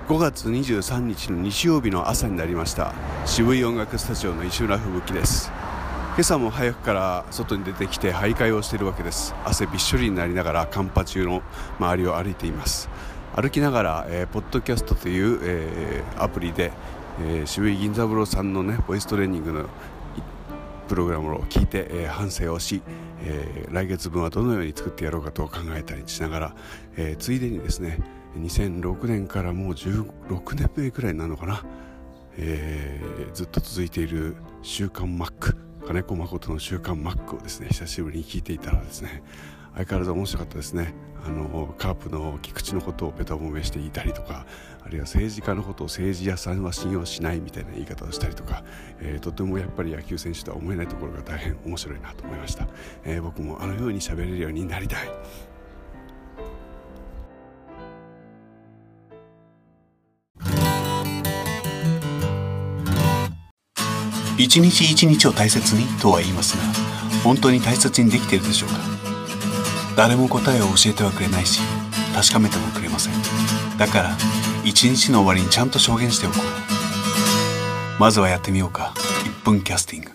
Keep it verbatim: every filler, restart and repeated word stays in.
ごがつにじゅうさんにちの日曜日の朝になりました。渋い音楽スタジオの石浦吹雪です。今朝も早くから外に出てきて徘徊をしているわけです。汗びっしょりになりながら寒波中の周りを歩いています。歩きながら、えー、ポッドキャストという、えー、アプリで、えー、渋井銀座風呂さんのねボイストレーニングのプログラムを聞いて、えー、反省をし、えー、来月分はどのように作ってやろうかと考えたりしながら、えー、ついでにですねにせんろくねんからもうじゅうろくねんめくらいになるのかな、えー、ずっと続いている週刊マック金子誠の週刊マックをですね久しぶりに聞いていたらですね相変わらず面白かったですね。あのカープの菊池のことをベタ褒めしていたりとか、あるいは政治家のことを政治家さんは信用しないみたいな言い方をしたりとか、えー、とてもやっぱり野球選手とは思えないところが大変面白いなと思いました。えー、僕もあのように喋れるようになりたい。 一日一日を大切にとは言いますが、本当に大切にできているでしょうか。誰も答えを教えてはくれないし、確かめてもくれません。だから一日の終わりにちゃんと証言しておこう。まずはやってみようか。いっぷんキャスティング。